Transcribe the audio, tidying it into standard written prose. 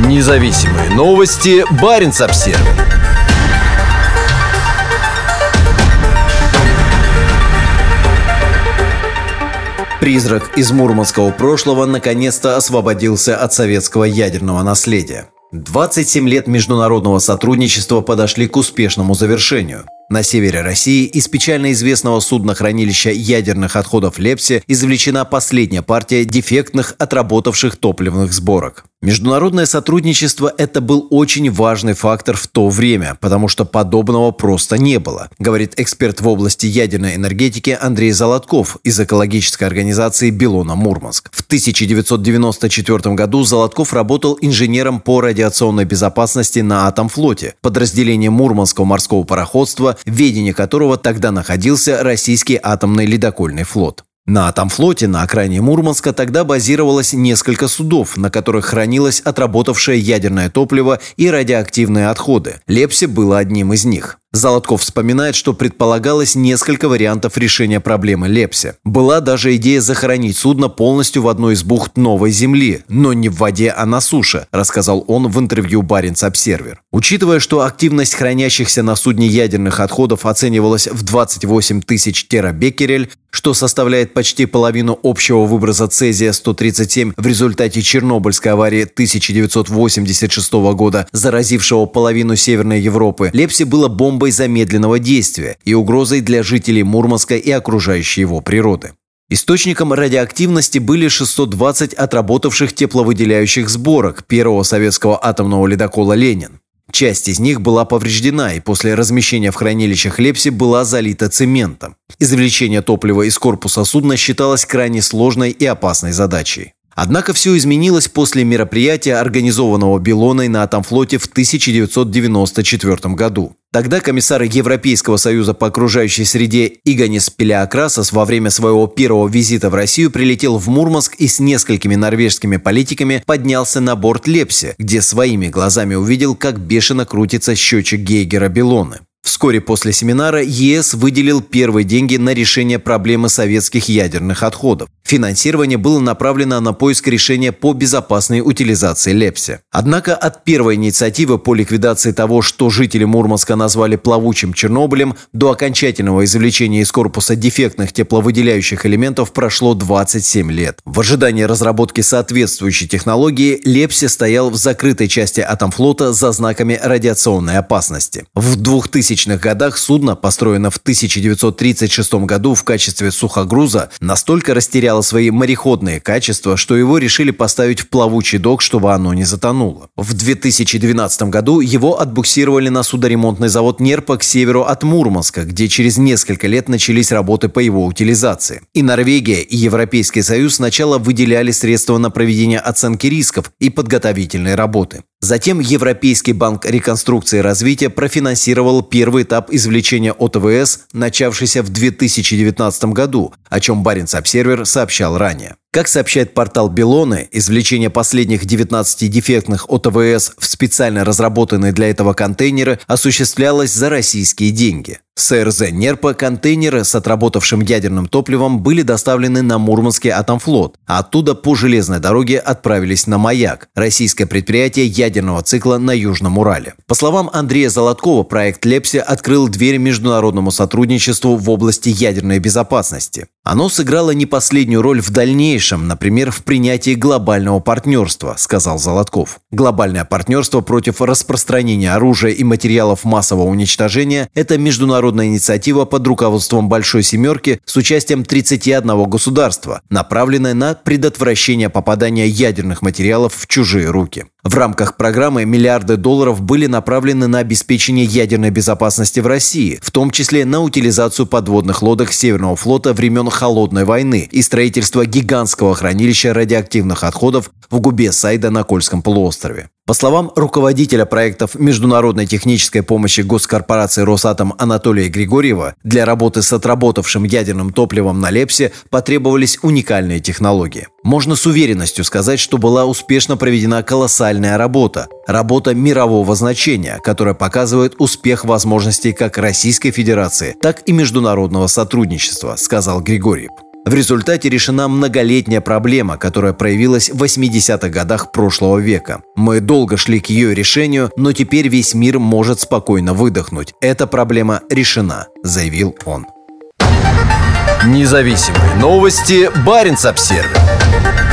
Независимые новости. Баренц-Обсервис. Призрак из мурманского прошлого наконец-то освободился от советского ядерного наследия. 27 лет международного сотрудничества подошли к успешному завершению. На севере России из печально известного суднохранилища ядерных отходов Лепси извлечена последняя партия дефектных отработавших топливных сборок. Международное сотрудничество – это был очень важный фактор в то время, потому что подобного просто не было, говорит эксперт в области ядерной энергетики Андрей Золотков из экологической организации «Белона Мурманск». В 1994 году Золотков работал инженером по радиационной безопасности на Атомфлоте, подразделении Мурманского морского пароходства, в ведении которого тогда находился российский атомный ледокольный флот. На Атомфлоте на окраине Мурманска тогда базировалось несколько судов, на которых хранилось отработавшее ядерное топливо и радиоактивные отходы. Лепси было одним из них. Золотков вспоминает, что предполагалось несколько вариантов решения проблемы Лепси. Была даже идея захоронить судно полностью в одной из бухт Новой Земли, но не в воде, а на суше, рассказал он в интервью Баренц-Обсервис. Учитывая, что активность хранящихся на судне ядерных отходов оценивалась в 28 тысяч терабеккерель, что составляет почти половину общего выброса цезия-137 в результате Чернобыльской аварии 1986 года, заразившего половину Северной Европы, Лепси было бомбой замедленного действия и угрозой для жителей Мурманска и окружающей его природы. Источником радиоактивности были 620 отработавших тепловыделяющих сборок первого советского атомного ледокола «Ленин». Часть из них была повреждена и после размещения в хранилищах Лепси была залита цементом. Извлечение топлива из корпуса судна считалось крайне сложной и опасной задачей. Однако все изменилось после мероприятия, организованного Белоной на Атомфлоте в 1994 году. Тогда комиссар Европейского союза по окружающей среде Иганис Пелеокрасос во время своего первого визита в Россию прилетел в Мурманск и с несколькими норвежскими политиками поднялся на борт Лепси, где своими глазами увидел, как бешено крутится счетчик Гейгера Белоны. Вскоре после семинара ЕС выделил первые деньги на решение проблемы советских ядерных отходов. Финансирование было направлено на поиск решения по безопасной утилизации Лепси. Однако от первой инициативы по ликвидации того, что жители Мурманска назвали плавучим Чернобылем, до окончательного извлечения из корпуса дефектных тепловыделяющих элементов прошло 27 лет. В ожидании разработки соответствующей технологии Лепси стоял в закрытой части Атомфлота за знаками радиационной опасности. В 2000-х годах судно, построено в 1936 году в качестве сухогруза, настолько растеряло свои мореходные качества, что его решили поставить в плавучий док, чтобы оно не затонуло. В 2012 году его отбуксировали на судоремонтный завод «Нерпа» к северу от Мурманска, где через несколько лет начались работы по его утилизации. И Норвегия, и Европейский Союз сначала выделяли средства на проведение оценки рисков и подготовительные работы. Затем Европейский банк реконструкции и развития профинансировал первый этап извлечения ОТВС, начавшийся в 2019 году, о чем Баренц-Обсервис сообщал ранее. Как сообщает портал Белоны, извлечение последних 19 дефектных ОТВС в специально разработанные для этого контейнеры осуществлялось за российские деньги. С РЗ «Нерпа» контейнеры с отработавшим ядерным топливом были доставлены на Мурманский Атомфлот, а оттуда по железной дороге отправились на «Маяк» – российское предприятие ядерного цикла на Южном Урале. По словам Андрея Золоткова, проект Лепси открыл дверь международному сотрудничеству в области ядерной безопасности. Оно сыграло не последнюю роль в дальнейшем, например, в принятии глобального партнерства, сказал Золотков. Глобальное партнерство против распространения оружия и материалов массового уничтожения – это международная инициатива под руководством Большой Семерки с участием 31 государства, направленная на предотвращение попадания ядерных материалов в чужие руки. В рамках программы миллиарды долларов были направлены на обеспечение ядерной безопасности в России, в том числе на утилизацию подводных лодок Северного флота времен Холодной войны и строительство гигантского хранилища радиоактивных отходов в губе Сайда на Кольском полуострове. По словам руководителя проектов международной технической помощи госкорпорации «Росатом» Анатолия Григорьева, для работы с отработавшим ядерным топливом на Лепси потребовались уникальные технологии. Можно с уверенностью сказать, что была успешно проведена колоссальная работа мирового значения, которая показывает успех возможностей как Российской Федерации, так и международного сотрудничества, сказал Григорьев. В результате решена многолетняя проблема, которая проявилась в 80-х годах прошлого века. Мы долго шли к ее решению, но теперь весь мир может спокойно выдохнуть. Эта проблема решена, заявил он. Независимые новости. Баренц-Обсервис.